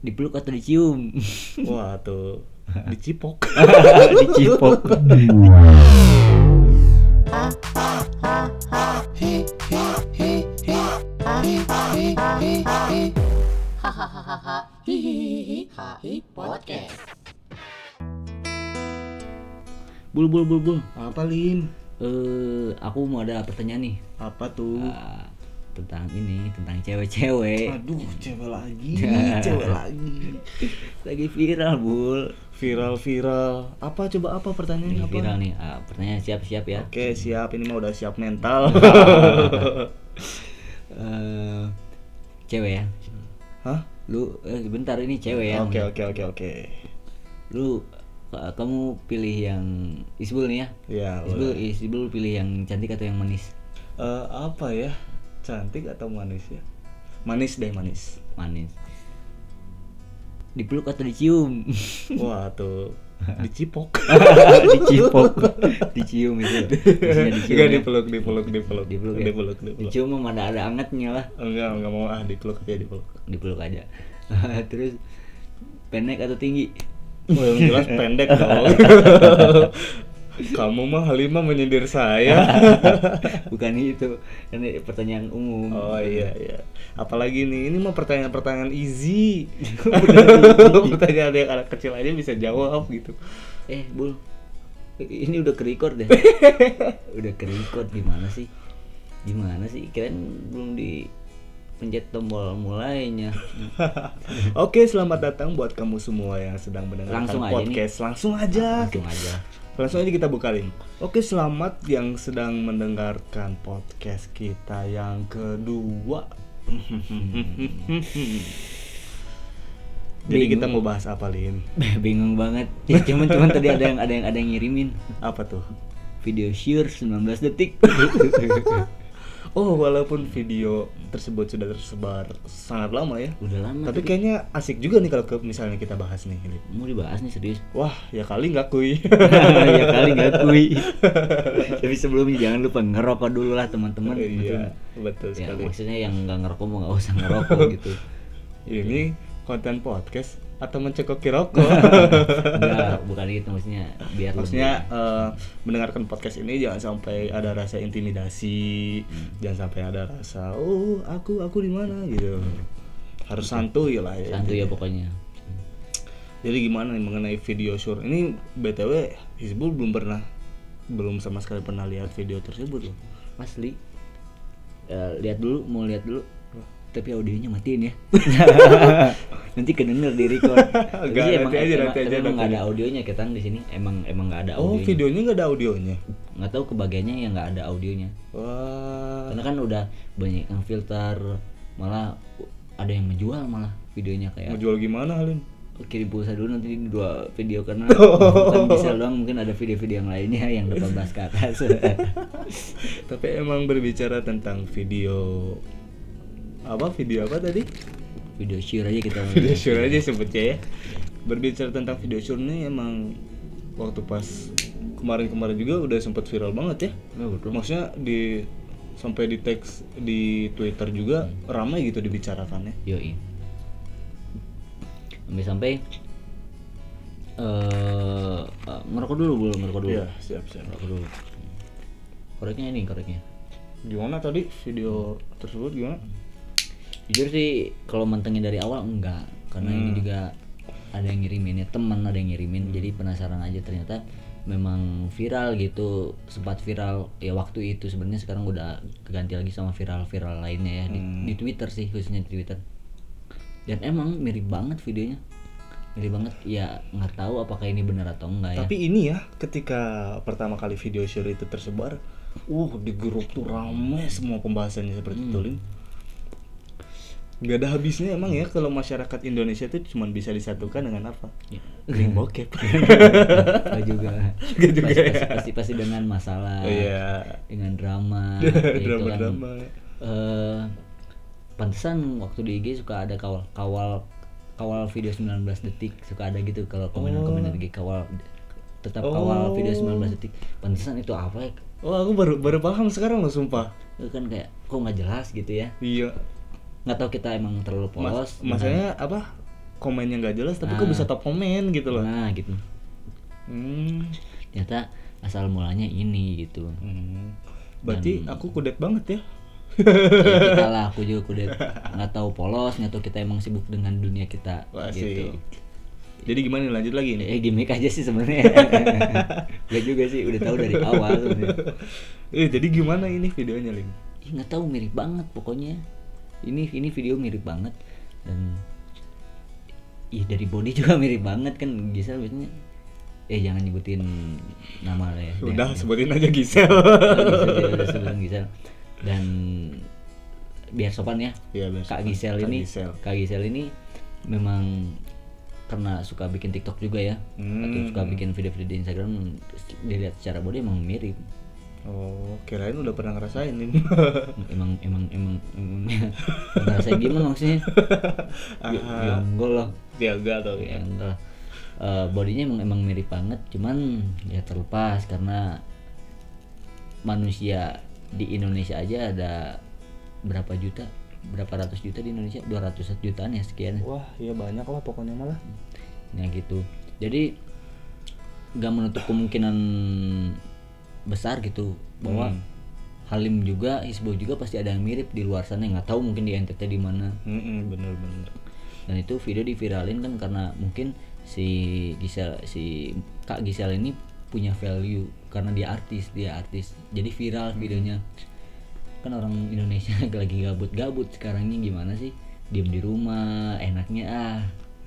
Dipeluk atau dicium? Wah tuh dicipok. Dicipok. Podcast. Bul. Apa Lin? Aku mau ada pertanyaan nih. Apa tuh? Tentang cewek-cewek. Aduh, cewek lagi. Lagi viral, Bul. Viral. Apa coba apa pertanyaannya Lagi apa? viral nih. Pertanyaan siap-siap ya. Oke, siap. Ini mah udah siap mental. Cewek ya. Hah? Lu bentar, ini cewek ya. Oke. Lu kamu pilih yang Isbul nih ya. Ya, boleh. Isbul pilih yang cantik atau yang manis? Apa ya? Cantik atau manis ya? Manis deh, manis. Manis. Dipeluk atau dicium? Wah tuh dicipok. Dicipok. Dicium itu. Maksudnya dicium. Enggak, ya? dipeluk. Dipeluk ya? Dipeluk. Dicium mah ada angetnya lah. Enggak mau dipeluk aja dipeluk. Dipeluk aja. Terus pendek atau tinggi? Oh, yang jelas pendek dong. Kamu mah Halimah menyindir saya. Bukan itu. Ini pertanyaan umum. Oh iya. Apalagi nih, ini mah pertanyaan easy. Pertanyaan yang anak kecil aja bisa jawab gitu. Bul. Ini udah ke-record deh. Udah ke-record gimana sih? Kirain belum pencet tombol mulainya. Oke, selamat datang buat kamu semua yang sedang mendengarkan Langsung aja podcast. Langsung aja kita buka link. Oke, selamat yang sedang mendengarkan podcast kita yang kedua. Jadi kita mau bahas apa, Lin? Bingung banget. Ya, cuman tadi ada yang ngirimin Apa tuh? video Shure 19 detik. Oh, walaupun video tersebut sudah tersebar sangat lama ya. Udah lama. Tapi kayaknya asik juga nih kalau misalnya kita bahas nih, Lin. mau dibahas nih serius. Wah, ya kali nggak kuy. Ya kali nggak kui. Tapi sebelumnya jangan lupa ngerokok dulu lah teman-teman. Iya, betul Ya, sekali. maksudnya yang nggak ngerokok mau nggak usah ngerokok gitu. Ini konten podcast atau mencekoki rokok? Enggak, bukan itu maksudnya. Biar Maksudnya mendengarkan podcast ini jangan sampai ada rasa intimidasi, jangan sampai ada rasa aku di mana gitu. Harus santuy lah ya. santuy ya pokoknya. Jadi gimana nih mengenai video Shure ini? BTW Hizbul belum sama sekali pernah lihat video tersebut loh. Asli. Lihat dulu. Tapi audionya matiin ya. Nanti kedenger di record. Nanti aja. Emang nggak ada audionya kita di sini. Emang nggak ada Oh, audionya. videonya nggak ada audionya. Nggak tahu kebagiannya yang nggak ada audionya. Wah. Karena kan udah banyak yang filter, malah ada yang menjual malah videonya kayak Mau jual gimana, Halim? kirim pulsa dulu nanti di 2 video karena bukan bisa doang, mungkin ada video-video yang lainnya yang 18 ke atas. Tapi emang berbicara tentang video apa tadi? Video Shure aja kita. Video Shure aja sebutnya ya. Berbicara tentang video Shure nih emang waktu pas kemarin juga udah sempat viral banget ya. Ya, betul. Maksudnya sampai di teks di Twitter juga ramai gitu dibicarakannya. Yoi. Sampai ngerokok dulu. Iya, siap. Ngerokok dulu. Koreknya. Gimana tadi video tersebut gimana? Jujur sih kalau mantengin dari awal enggak, karena ini juga ada yang ngirimin ya, teman ada yang ngirimin, jadi penasaran aja, ternyata memang viral gitu, sempat viral ya waktu itu. Sebenarnya sekarang udah keganti lagi sama viral lainnya ya di Twitter sih, khususnya di Twitter. Dan emang mirip banget videonya, ya nggak tahu apakah ini benar atau enggak ya. Tapi ini ya, ketika pertama kali video Shure itu tersebar, di grup tuh rame semua pembahasannya seperti itu, Lin. Gak ada habisnya emang ya kalau masyarakat Indonesia itu cuma bisa disatukan dengan apa? Ya. Link bokep. Gak juga pasti dengan masalah, dengan drama. Drama. Pantesan waktu di IG suka ada kawal video 19 detik, suka ada gitu kalau komentar IG kawal video 19 detik. Pantesan itu apa ya? Aku baru paham sekarang loh, sumpah. Itu kan kayak kok nggak jelas gitu ya. Iya. Nggak tahu kita emang terlalu polos. Maksudnya apa? komennya nggak jelas tapi kok bisa top komen gitu loh. Nah gitu. Ternyata asal mulanya ini gitu. Berarti aku kudet banget ya. Ya kita lah, aku juga kudet nggak tahu polos, nggak tahu kita emang sibuk dengan dunia kita. Wah, gitu. Jadi gimana nih, lanjut lagi nih? Gimmick aja sih sebenarnya. Gak juga sih, udah tahu dari awal sebenarnya. Jadi gimana ini videonya, Lim? Nggak tahu, mirip banget pokoknya. Ini video mirip banget dan dari body juga mirip banget kan. Gisel biasanya jangan nyebutin nama lah ya. Udah sebutin aja Gisel. Udah sebutin Gisel. Dan biar sopan ya. Iya, Kak Gisel ini memang karena suka bikin TikTok juga ya, atau suka bikin video-video di Instagram, dilihat secara body emang mirip. Oh, kirain udah pernah ngerasain nih. emang ngerasain gimana maksudnya? Ya enggak lah. Ya enggak tau ya. Enggak. Bodinya emang mirip banget, cuman ya terlepas karena manusia di Indonesia aja ada berapa ratus juta di Indonesia, 200 jutaan ya sekian. Wah, iya banyak lah pokoknya malah. Nah gitu. Jadi gak menutup kemungkinan besar gitu bahwa Halim juga, Hizbo juga pasti ada yang mirip di luar sana, nggak tahu mungkin di NTT di mana. Bener. Dan itu video diviralin kan karena mungkin si Kak Gisel ini punya value karena dia artis. Jadi viral videonya. Kan orang Indonesia lagi gabut sekarang ini gimana sih, diem di rumah enaknya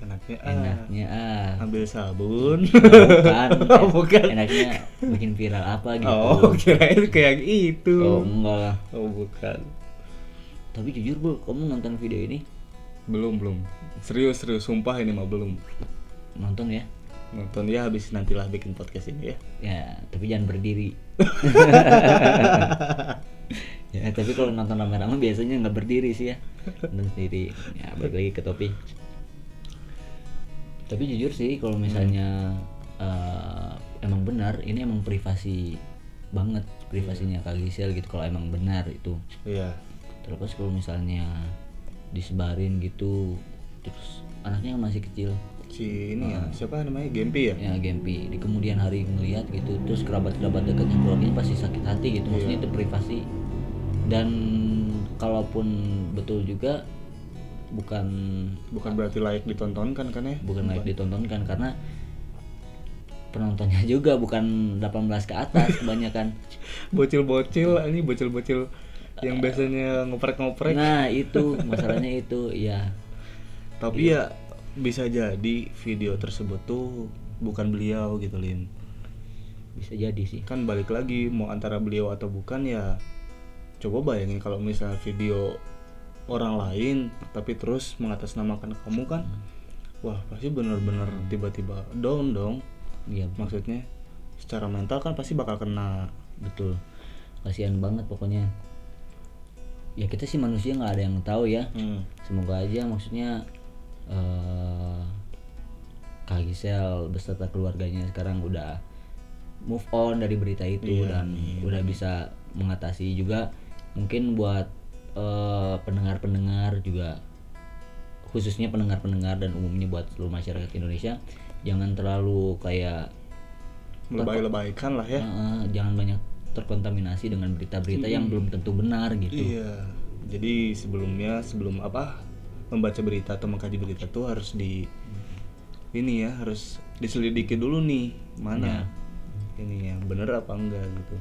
ambil sabun. Bukan. Enaknya bikin viral apa gitu. Oh, kirain kayak itu. Oh enggak lah. Oh bukan. Tapi jujur Bul, kamu nonton video ini? Belum. Serius sumpah ini mah belum. Nonton ya? Nonton ya, habis nantilah bikin podcast ini ya. Ya tapi jangan berdiri. Ya tapi kalau nonton rame-rame biasanya nggak berdiri sih ya, nonton sendiri. Ya balik lagi ke topik. Tapi jujur sih kalau misalnya emang benar ini emang privasi banget, privasinya Kak Gisel gitu kalau emang benar itu. Iya. Terlepas kalau misalnya disebarin gitu, terus anaknya masih kecil. Si ini ya, siapa namanya, Gempi ya? Ya Gempi, di kemudian hari ngelihat gitu, terus kerabat-kerabat dekatnya keluarganya pasti sakit hati gitu. Maksudnya itu privasi. Dan kalaupun betul juga bukan berarti layak ditontonkan kan ya? Bukan layak ditontonkan karena penontonnya juga bukan 18 ke atas kebanyakan. Bocil-bocil yang biasanya ngoprek-ngoprek. Nah, itu masalahnya itu ya. Tapi ya bisa jadi video tersebut tuh bukan beliau gitu, Lin. Bisa jadi sih. Kan balik lagi mau antara beliau atau bukan ya. Coba bayangin kalau misalnya video orang lain tapi terus mengatasnamakan kamu kan. Wah, pasti benar-benar tiba-tiba down dong. Iya, maksudnya secara mental kan pasti bakal kena. Betul. Kasihan banget pokoknya. Ya kita sih manusia nggak ada yang tahu ya. Semoga aja maksudnya Kak Gisel beserta keluarganya sekarang udah move on dari berita itu dan udah bisa mengatasi juga. Mungkin buat pendengar-pendengar juga, khususnya pendengar-pendengar dan umumnya buat seluruh masyarakat Indonesia, jangan terlalu kayak melebay-lebaykan lah ya. Jangan banyak terkontaminasi dengan berita-berita yang belum tentu benar gitu. Iya. Jadi sebelum membaca berita atau mengkaji berita tuh harus harus diselidiki dulu nih mana ini ya bener apa enggak gitu.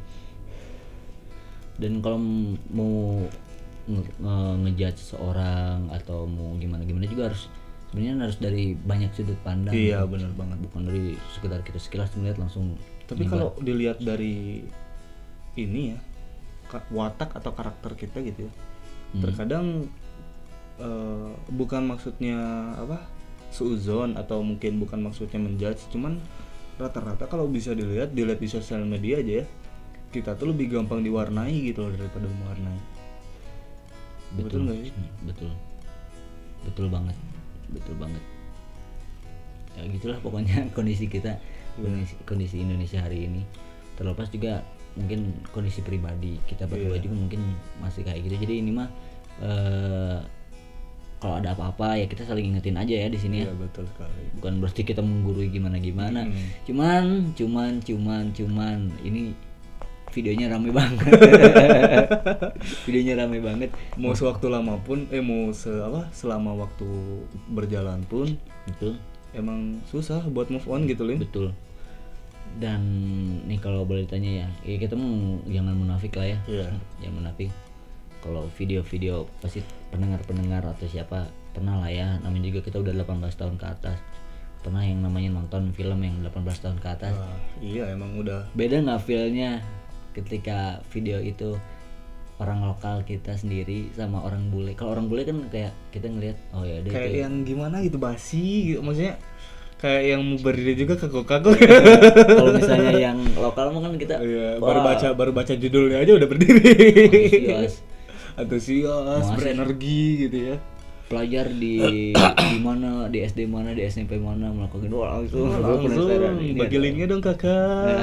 Dan kalau mau ngejudge seseorang atau mau gimana juga harus dari banyak sudut pandang. Iya gitu. Benar banget. Bukan dari sekedar kita sekilas melihat langsung. Tapi kalau dilihat dari ini ya, watak atau karakter kita gitu ya, terkadang bukan maksudnya suuzon atau mungkin bukan maksudnya menjudge, cuman rata-rata kalau bisa dilihat di sosial media aja ya, kita tuh lebih gampang diwarnai gitu loh daripada mewarnai. Betul nggak sih? Betul banget. Ya gitulah pokoknya kondisi kita, kondisi Indonesia hari ini. Terlepas juga mungkin kondisi pribadi kita berdua juga mungkin masih kayak gitu. Jadi ini mah kalau ada apa-apa ya kita saling ingetin aja ya di sini ya. Iya betul sekali. Bukan berarti kita menggurui gimana cuman ini videonya rame banget. Videonya rame banget. Mau sewaktu lama pun selama waktu berjalan pun Betul. emang susah buat move on gitu Lin. Betul. Dan nih kalau boleh ditanya ya kita jangan munafik lah ya. Iya. Jangan munafik. Kalau video-video pasti pendengar atau siapa pernah lah ya, namanya juga kita udah 18 tahun ke atas. Pernah yang namanya nonton film yang 18 tahun ke atas. Wah, iya emang udah Beda nggak feel-nya ketika video itu orang lokal kita sendiri sama orang bule. Kalau orang bule kan kayak kita ngelihat oh ya dia kayak itu yang gimana gitu basi gitu, maksudnya kayak yang mau berdiri juga kagok-kagok. kalau misalnya yang lokal mah kan kita Iya, wah, baru baca judulnya aja udah berdiri. antusias, Antusias, berenergi gitu ya. pelajar di mana, di SD mana, di SMP mana melakukan langsung Langsung bagi linknya dong kakak.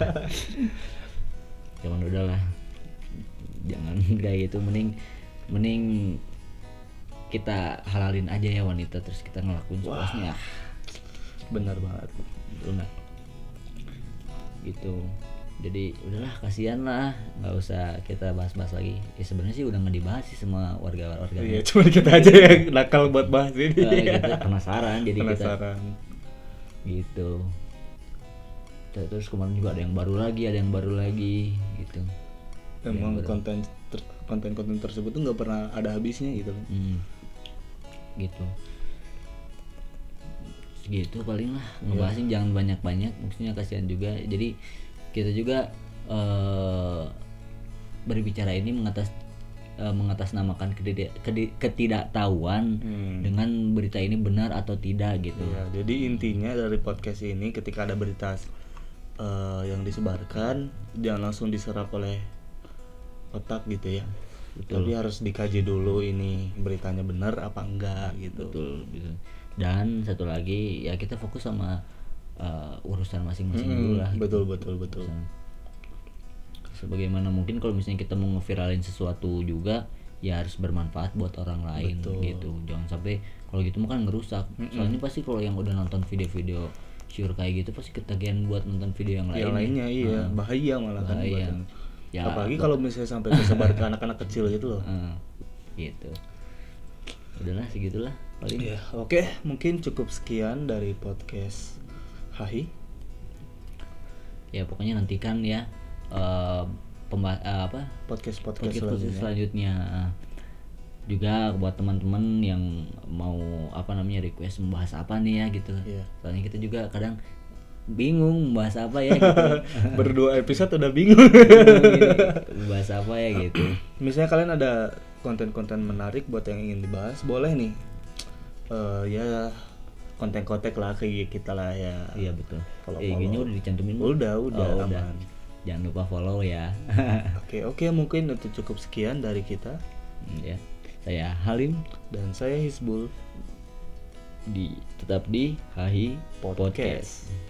Cuman udahlah, jangan kayak gitu, mending kita halalin aja ya wanita, terus kita ngelakuin sepuasnya. Benar banget. Betul nggak? Gitu. Jadi udahlah, kasihan lah, nggak usah kita bahas-bahas lagi. Ya sebenarnya sih udah nggak dibahas sih semua warga-warga. Iya, cuma kita aja yang nakal buat bahas ini. Kita penasaran, jadi Penasaran. kita gitu. Terus kemarin juga ada yang baru lagi gitu. Emang konten-konten tersebut tuh nggak pernah ada habisnya gitu. Gitu. Segitu paling lah, ngebahasin jangan banyak-banyak, maksudnya kasihan juga. Jadi kita juga berbicara ini mengatasnamakan ketidaktahuan dengan berita ini benar atau tidak gitu. Ya, jadi intinya dari podcast ini ketika ada berita yang disebarkan jangan langsung diserap oleh otak gitu ya. Betul. Tapi harus dikaji dulu ini beritanya benar apa enggak gitu. Betul. Dan satu lagi ya kita fokus sama urusan masing-masing dulu lah. Betul. Sebagaimana mungkin kalau misalnya kita mau ngeviralin sesuatu juga ya harus bermanfaat buat orang lain. Betul. Gitu. Jangan sampai kalau gitu mah kan ngerusak. Soalnya pasti kalau yang udah nonton video-video sure kayak gitu pasti ketagihan buat nonton video yang lain. Yang lainnya iya, bahaya malah kan bahaya. buatan. Ya, apalagi kalau misalnya sampai kesebar ke anak-anak kecil gitu loh. Gitu. Udahlah segitulah paling. Ya, oke, mungkin cukup sekian dari podcast Hahi. Ya pokoknya nantikan ya podcast selanjutnya. Juga buat teman-teman yang mau request membahas apa nih ya gitu. Iya. Soalnya kita juga kadang bingung membahas apa ya gitu. Berdua episode udah bingung. Membahas apa ya gitu. Misalnya kalian ada konten-konten menarik buat yang ingin dibahas, boleh nih. Ya konten-konten lah kayak kita lah ya. Iya betul. Follow. IG-nya udah dicantumin. Udah udah. aman. Jangan lupa follow ya. Oke, mungkin itu cukup sekian dari kita. Ya. Saya Halim dan saya Hisbul. Tetap di Hahi Podcast.